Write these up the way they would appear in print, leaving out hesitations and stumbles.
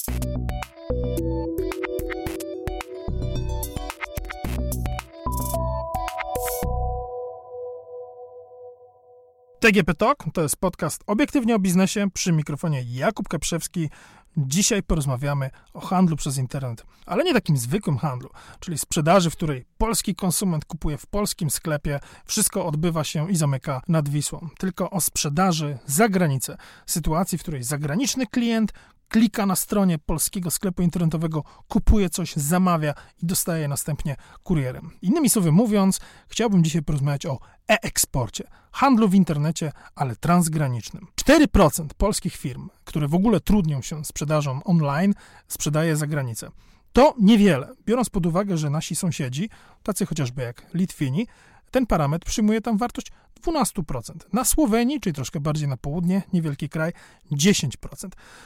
TGP Talk to jest podcast obiektywnie o biznesie, przy mikrofonie Jakub Kaprzewski. Dzisiaj porozmawiamy o handlu przez internet, ale nie takim zwykłym handlu, czyli sprzedaży, w której polski konsument kupuje w polskim sklepie, wszystko odbywa się i zamyka nad Wisłą, tylko o sprzedaży za granicę, sytuacji, w której zagraniczny klient klika na stronie polskiego sklepu internetowego, kupuje coś, zamawia i dostaje następnie kurierem. Innymi słowy mówiąc, chciałbym dzisiaj porozmawiać o e-eksporcie, handlu w internecie, ale transgranicznym. 4% polskich firm, które w ogóle trudnią się sprzedażą online, sprzedaje za granicę. To niewiele, biorąc pod uwagę, że nasi sąsiedzi, tacy chociażby jak Litwini, ten parametr przyjmuje tam wartość 12%. Na Słowenii, czyli troszkę bardziej na południe, niewielki kraj, 10%.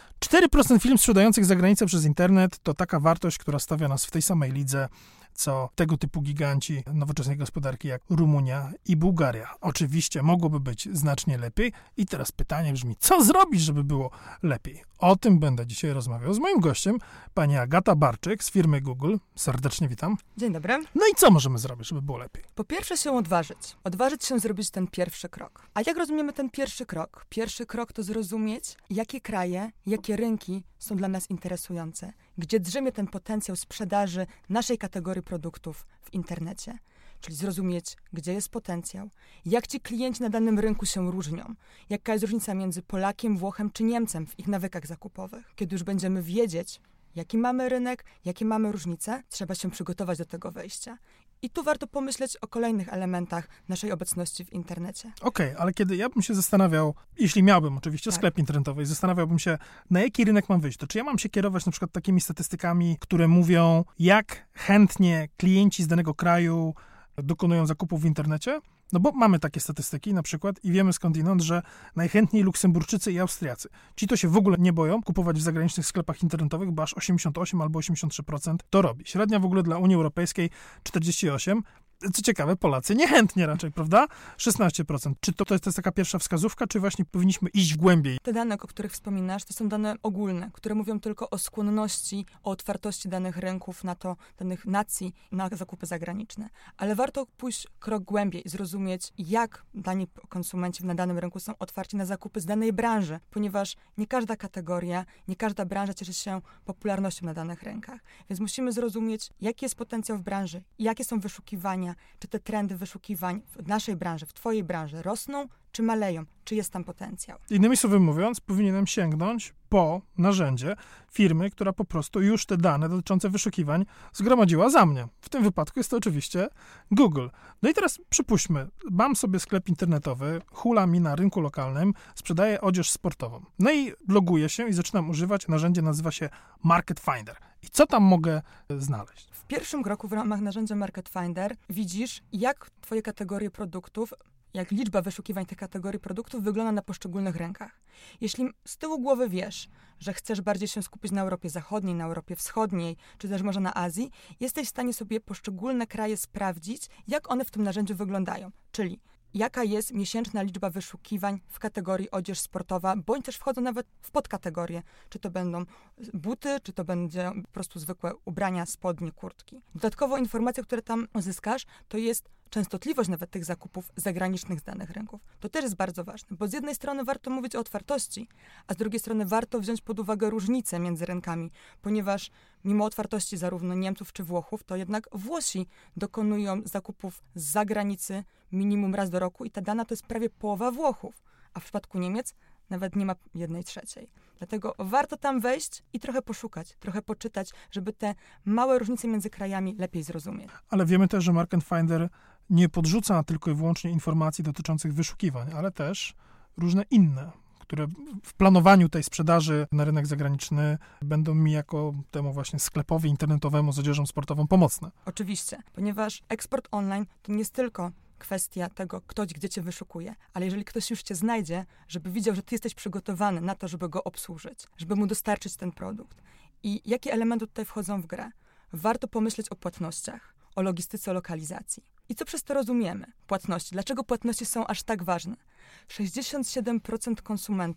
4% firm sprzedających za granicę przez internet to taka wartość, która stawia nas w tej samej lidze, co tego typu giganci nowoczesnej gospodarki jak Rumunia i Bułgaria. Oczywiście mogłoby być znacznie lepiej i teraz pytanie brzmi, co zrobić, żeby było lepiej? O tym będę dzisiaj rozmawiał z moim gościem, pani Agata Barczyk z firmy Google. Serdecznie witam. Dzień dobry. No i co możemy zrobić, żeby było lepiej? Po pierwsze się odważyć. Odważyć się zrobić ten pierwszy krok. A jak rozumiemy ten pierwszy krok? Pierwszy krok to zrozumieć, jakie kraje, jakie rynki są dla nas interesujące. Gdzie drzemie ten potencjał sprzedaży naszej kategorii produktów w internecie. Czyli zrozumieć, gdzie jest potencjał, jak ci klienci na danym rynku się różnią, jaka jest różnica między Polakiem, Włochem czy Niemcem w ich nawykach zakupowych. Kiedy już będziemy wiedzieć, jaki mamy rynek, jakie mamy różnice, trzeba się przygotować do tego wejścia. I tu warto pomyśleć o kolejnych elementach naszej obecności w internecie. Okej, ale kiedy ja bym się zastanawiał, jeśli miałbym oczywiście sklep internetowy i zastanawiałbym się, na jaki rynek mam wyjść, to czy ja mam się kierować na przykład takimi statystykami, które mówią, jak chętnie klienci z danego kraju dokonują zakupów w internecie? No bo mamy takie statystyki na przykład i wiemy skądinąd, że najchętniej Luksemburczycy i Austriacy. Ci to się w ogóle nie boją kupować w zagranicznych sklepach internetowych, bo aż 88 albo 83% to robi. Średnia w ogóle dla Unii Europejskiej 48%. Co ciekawe, Polacy niechętnie raczej, prawda? 16%. Czy to jest taka pierwsza wskazówka, czy właśnie powinniśmy iść głębiej? Te dane, o których wspominasz, to są dane ogólne, które mówią tylko o skłonności, o otwartości danych rynków na to, danych nacji na zakupy zagraniczne. Ale warto pójść krok głębiej i zrozumieć, jak dani konsumenci na danym rynku są otwarci na zakupy z danej branży, ponieważ nie każda kategoria, nie każda branża cieszy się popularnością na danych rynkach. Więc musimy zrozumieć, jaki jest potencjał w branży, jakie są wyszukiwania, czy te trendy wyszukiwań w naszej branży, w twojej branży rosną, czy maleją, czy jest tam potencjał. Innymi słowy mówiąc, powinienem sięgnąć po narzędzie firmy, która po prostu już te dane dotyczące wyszukiwań zgromadziła za mnie. W tym wypadku jest to oczywiście Google. No i teraz przypuśćmy, mam sobie sklep internetowy, hula mi na rynku lokalnym, sprzedaję odzież sportową. No i loguję się i zaczynam używać, narzędzie nazywa się Market Finder. I co tam mogę znaleźć? W pierwszym kroku w ramach narzędzia Market Finder widzisz, jak twoje kategorie produktów, jak liczba wyszukiwań tych kategorii produktów wygląda na poszczególnych rynkach. Jeśli z tyłu głowy wiesz, że chcesz bardziej się skupić na Europie Zachodniej, na Europie Wschodniej, czy też może na Azji, jesteś w stanie sobie poszczególne kraje sprawdzić, jak one w tym narzędziu wyglądają. Czyli jaka jest miesięczna liczba wyszukiwań w kategorii odzież sportowa, bądź też wchodzą nawet w podkategorie. Czy to będą buty, czy to będzie po prostu zwykłe ubrania, spodnie, kurtki. Dodatkowo informacje, które tam uzyskasz, to jest częstotliwość nawet tych zakupów zagranicznych z danych rynków. To też jest bardzo ważne, bo z jednej strony warto mówić o otwartości, a z drugiej strony warto wziąć pod uwagę różnice między rynkami, ponieważ mimo otwartości zarówno Niemców czy Włochów, to jednak Włosi dokonują zakupów z zagranicy minimum raz do roku i ta dana to jest prawie połowa Włochów, a w przypadku Niemiec nawet nie ma 1/3. Dlatego warto tam wejść i trochę poszukać, trochę poczytać, żeby te małe różnice między krajami lepiej zrozumieć. Ale wiemy też, że Market Finder nie podrzuca tylko i wyłącznie informacji dotyczących wyszukiwań, ale też różne inne, które w planowaniu tej sprzedaży na rynek zagraniczny będą mi jako temu właśnie sklepowi internetowemu z odzieżą sportową pomocne. Oczywiście, ponieważ eksport online to nie jest tylko kwestia tego, ktoś gdzie cię wyszukuje, ale jeżeli ktoś już cię znajdzie, żeby widział, że ty jesteś przygotowany na to, żeby go obsłużyć, żeby mu dostarczyć ten produkt. I jakie elementy tutaj wchodzą w grę? Warto pomyśleć o płatnościach, o logistyce, o lokalizacji. I co przez to rozumiemy? Płatności. Dlaczego płatności są aż tak ważne? 67% konsumentów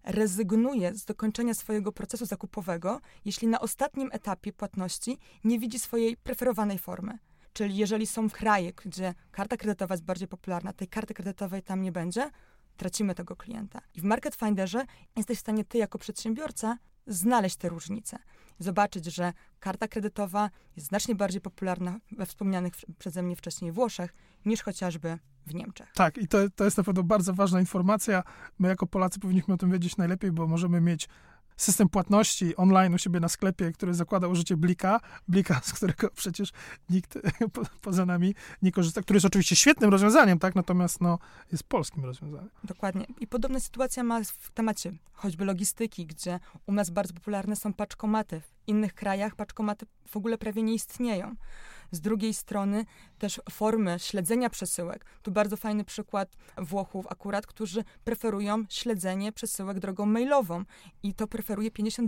rezygnuje z dokończenia swojego procesu zakupowego, jeśli na ostatnim etapie płatności nie widzi swojej preferowanej formy. Czyli jeżeli są kraje, gdzie karta kredytowa jest bardziej popularna, tej karty kredytowej tam nie będzie, tracimy tego klienta. I w Market Finderze jesteś w stanie ty jako przedsiębiorca znaleźć te różnice. Zobaczyć, że karta kredytowa jest znacznie bardziej popularna we wspomnianych przeze mnie wcześniej Włoszech, niż chociażby w Niemczech. Tak, i to jest na pewno bardzo ważna informacja. My jako Polacy powinniśmy o tym wiedzieć najlepiej, bo możemy mieć system płatności online u siebie na sklepie, który zakłada użycie Blika, z którego przecież nikt poza nami nie korzysta, który jest oczywiście świetnym rozwiązaniem, tak? Natomiast jest polskim rozwiązaniem. Dokładnie. I podobna sytuacja ma w temacie choćby logistyki, gdzie u nas bardzo popularne są paczkomaty. W innych krajach paczkomaty w ogóle prawie nie istnieją. Z drugiej strony też formy śledzenia przesyłek. Tu bardzo fajny przykład Włochów akurat, którzy preferują śledzenie przesyłek drogą mailową i to preferuje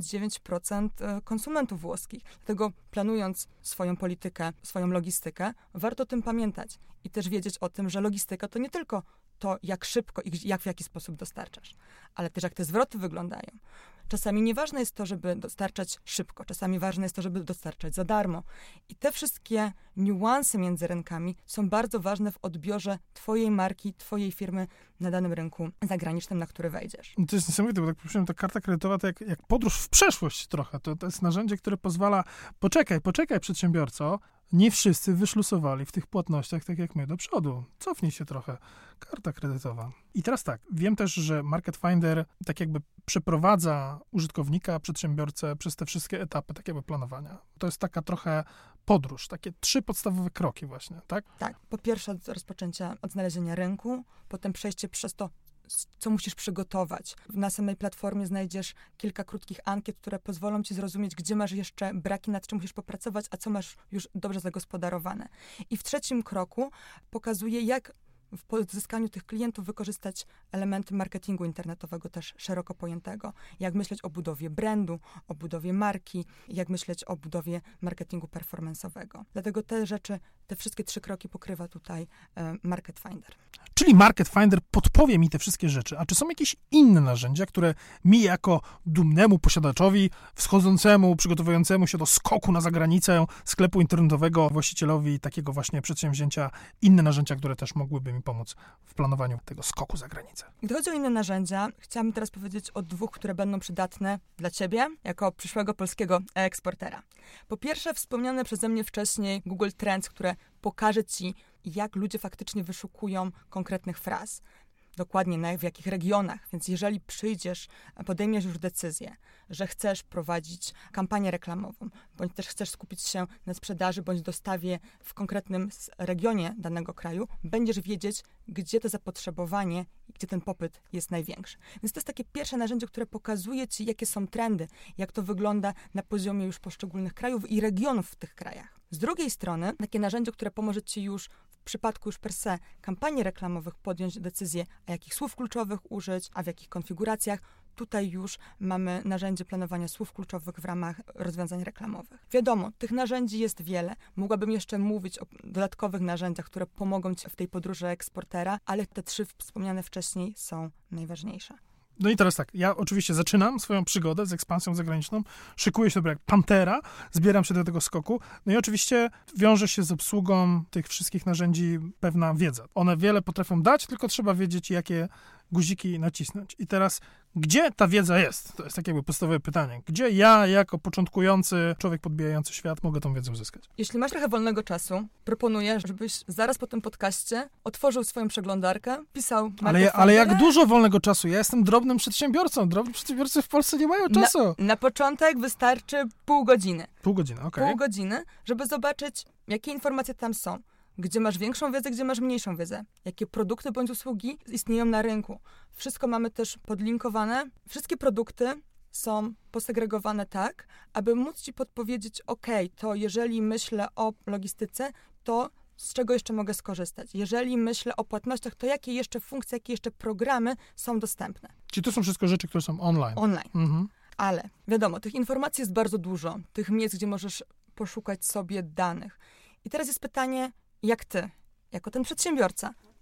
59% konsumentów włoskich. Dlatego planując swoją politykę, swoją logistykę, warto o tym pamiętać i też wiedzieć o tym, że logistyka to nie tylko to, jak szybko i w jaki sposób dostarczasz, ale też jak te zwroty wyglądają. Czasami nieważne jest to, żeby dostarczać szybko, czasami ważne jest to, żeby dostarczać za darmo. I te wszystkie niuanse między rynkami są bardzo ważne w odbiorze twojej marki, twojej firmy na danym rynku zagranicznym, na który wejdziesz. To jest niesamowite, bo tak powiedziałem, ta karta kredytowa to jak podróż w przeszłość trochę. To jest narzędzie, które pozwala, poczekaj przedsiębiorco, nie wszyscy wyszlusowali w tych płatnościach tak jak my do przodu. Cofnij się trochę. Karta kredytowa. I teraz tak, wiem też, że Market Finder tak jakby przeprowadza użytkownika, przedsiębiorcę przez te wszystkie etapy tak jakby planowania. To jest taka trochę podróż, takie 3 podstawowe kroki właśnie, tak? Tak. Po pierwsze od rozpoczęcia, od znalezienia rynku, potem przejście przez to, co musisz przygotować. Na samej platformie znajdziesz kilka krótkich ankiet, które pozwolą ci zrozumieć, gdzie masz jeszcze braki, nad czym musisz popracować, a co masz już dobrze zagospodarowane. I w trzecim kroku pokazuje, jak w pozyskaniu tych klientów wykorzystać elementy marketingu internetowego też szeroko pojętego. Jak myśleć o budowie brandu, o budowie marki, jak myśleć o budowie marketingu performance'owego. Dlatego te rzeczy, te wszystkie 3 kroki pokrywa tutaj Market Finder. Czyli Market Finder podpowie mi te wszystkie rzeczy. A czy są jakieś inne narzędzia, które mi jako dumnemu posiadaczowi, wschodzącemu, przygotowującemu się do skoku na zagranicę sklepu internetowego, właścicielowi takiego właśnie przedsięwzięcia, inne narzędzia, które też mogłyby mi pomóc w planowaniu tego skoku za granicę? Gdy chodzi o inne narzędzia, chciałam teraz powiedzieć o 2, które będą przydatne dla ciebie, jako przyszłego polskiego eksportera. Po pierwsze, wspomniane przeze mnie wcześniej Google Trends, które pokaże ci, jak ludzie faktycznie wyszukują konkretnych fraz. Dokładnie w jakich regionach. Więc jeżeli podejmiesz już decyzję, że chcesz prowadzić kampanię reklamową, bądź też chcesz skupić się na sprzedaży, bądź dostawie w konkretnym regionie danego kraju, będziesz wiedzieć, gdzie to zapotrzebowanie, gdzie ten popyt jest największy. Więc to jest takie pierwsze narzędzie, które pokazuje ci, jakie są trendy, jak to wygląda na poziomie już poszczególnych krajów i regionów w tych krajach. Z drugiej strony, takie narzędzie, które pomoże ci już w przypadku już per se kampanii reklamowych podjąć decyzję, a jakich słów kluczowych użyć, a w jakich konfiguracjach. Tutaj już mamy narzędzie planowania słów kluczowych w ramach rozwiązań reklamowych. Wiadomo, tych narzędzi jest wiele. Mogłabym jeszcze mówić o dodatkowych narzędziach, które pomogą ci w tej podróży eksportera, ale te 3 wspomniane wcześniej są najważniejsze. No i teraz tak, ja oczywiście zaczynam swoją przygodę z ekspansją zagraniczną, szykuję się jak pantera, zbieram się do tego skoku, no i oczywiście wiąże się z obsługą tych wszystkich narzędzi pewna wiedza. One wiele potrafią dać, tylko trzeba wiedzieć, jakie guziki nacisnąć. I teraz, gdzie ta wiedza jest? To jest takie jakby podstawowe pytanie. Gdzie ja, jako początkujący człowiek podbijający świat, mogę tą wiedzę uzyskać? Jeśli masz trochę wolnego czasu, proponuję, żebyś zaraz po tym podcaście otworzył swoją przeglądarkę, pisał... Ale jak dużo wolnego czasu? Ja jestem drobnym przedsiębiorcą. Drobni przedsiębiorcy w Polsce nie mają czasu. Na początek wystarczy pół godziny. Pół godziny, okej. Pół godziny, żeby zobaczyć, jakie informacje tam są. Gdzie masz większą wiedzę, gdzie masz mniejszą wiedzę. Jakie produkty bądź usługi istnieją na rynku. Wszystko mamy też podlinkowane. Wszystkie produkty są posegregowane tak, aby móc ci podpowiedzieć, to jeżeli myślę o logistyce, to z czego jeszcze mogę skorzystać? Jeżeli myślę o płatnościach, to jakie jeszcze funkcje, jakie jeszcze programy są dostępne? Czyli to są wszystko rzeczy, które są online. Online. Ale wiadomo, tych informacji jest bardzo dużo. Tych miejsc, gdzie możesz poszukać sobie danych. I teraz jest pytanie, jak ty, jako ten przedsiębiorca,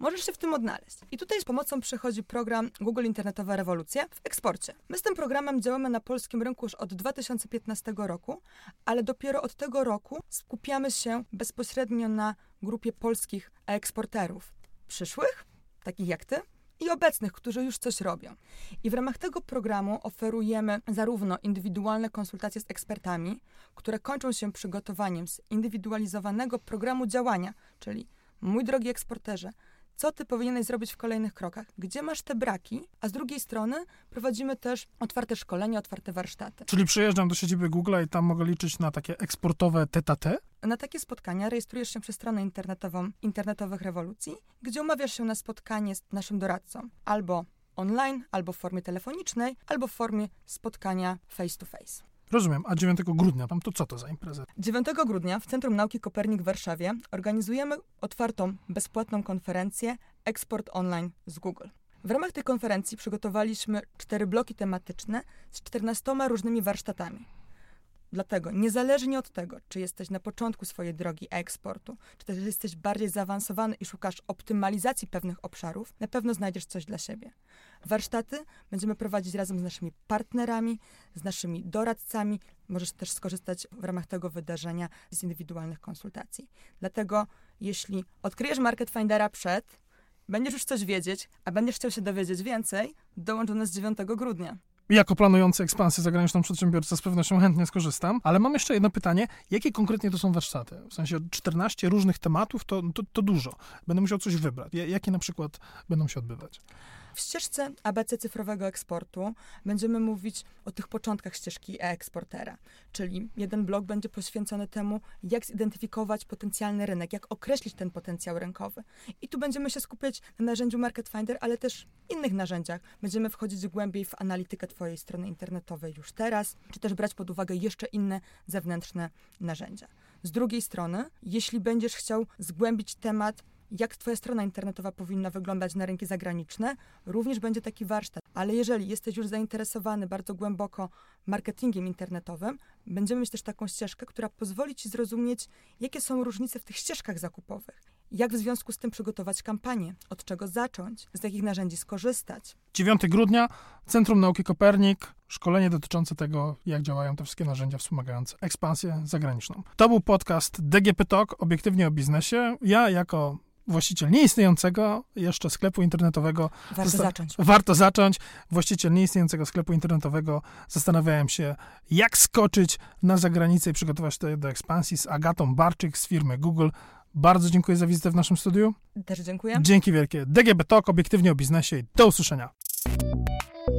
możesz się w tym odnaleźć. I tutaj z pomocą przychodzi program Google Internetowa Rewolucja w eksporcie. My z tym programem działamy na polskim rynku już od 2015 roku, ale dopiero od tego roku skupiamy się bezpośrednio na grupie polskich eksporterów. Przyszłych, takich jak ty, i obecnych, którzy już coś robią. I w ramach tego programu oferujemy zarówno indywidualne konsultacje z ekspertami, które kończą się przygotowaniem zindywidualizowanego programu działania, czyli mój drogi eksporterze, co ty powinieneś zrobić w kolejnych krokach, gdzie masz te braki, a z drugiej strony prowadzimy też otwarte szkolenia, otwarte warsztaty. Czyli przyjeżdżam do siedziby Google'a i tam mogę liczyć na takie eksportowe tête-à-tête? Na takie spotkania rejestrujesz się przez stronę internetową Internetowych Rewolucji, gdzie umawiasz się na spotkanie z naszym doradcą, albo online, albo w formie telefonicznej, albo w formie spotkania face to face. Rozumiem, a 9 grudnia tam to co to za impreza? 9 grudnia w Centrum Nauki Kopernik w Warszawie organizujemy otwartą, bezpłatną konferencję Eksport Online z Google. W ramach tej konferencji przygotowaliśmy 4 bloki tematyczne z 14 różnymi warsztatami. Dlatego, niezależnie od tego, czy jesteś na początku swojej drogi eksportu, czy też jesteś bardziej zaawansowany i szukasz optymalizacji pewnych obszarów, na pewno znajdziesz coś dla siebie. Warsztaty będziemy prowadzić razem z naszymi partnerami, z naszymi doradcami. Możesz też skorzystać w ramach tego wydarzenia z indywidualnych konsultacji. Dlatego, jeśli odkryjesz Market Findera będziesz już coś wiedzieć, a będziesz chciał się dowiedzieć więcej, dołącz do nas 9 grudnia. Jako planujący ekspansję zagraniczną przedsiębiorca z pewnością chętnie skorzystam, ale mam jeszcze jedno pytanie. Jakie konkretnie to są warsztaty? W sensie 14 różnych tematów to dużo. Będę musiał coś wybrać. Jakie na przykład będą się odbywać? W ścieżce ABC cyfrowego eksportu będziemy mówić o tych początkach ścieżki e-eksportera, czyli jeden blok będzie poświęcony temu, jak zidentyfikować potencjalny rynek, jak określić ten potencjał rynkowy. I tu będziemy się skupiać na narzędziu Market Finder, ale też innych narzędziach. Będziemy wchodzić głębiej w analitykę twojej strony internetowej już teraz, czy też brać pod uwagę jeszcze inne zewnętrzne narzędzia. Z drugiej strony, jeśli będziesz chciał zgłębić temat, jak twoja strona internetowa powinna wyglądać na rynki zagraniczne, również będzie taki warsztat. Ale jeżeli jesteś już zainteresowany bardzo głęboko marketingiem internetowym, będziemy mieć też taką ścieżkę, która pozwoli ci zrozumieć, jakie są różnice w tych ścieżkach zakupowych. Jak w związku z tym przygotować kampanię, od czego zacząć, z jakich narzędzi skorzystać. 9 grudnia, Centrum Nauki Kopernik, szkolenie dotyczące tego, jak działają te wszystkie narzędzia wspomagające ekspansję zagraniczną. To był podcast DGP Talk, obiektywnie o biznesie. Ja jako właściciel nieistniejącego jeszcze sklepu internetowego. Warto zacząć. Właściciel nieistniejącego sklepu internetowego. Zastanawiałem się, jak skoczyć na zagranicę i przygotować się do ekspansji z Agatą Barczyk z firmy Google. Bardzo dziękuję za wizytę w naszym studiu. Też dziękuję. Dzięki wielkie. DGP Talk, obiektywnie o biznesie i do usłyszenia.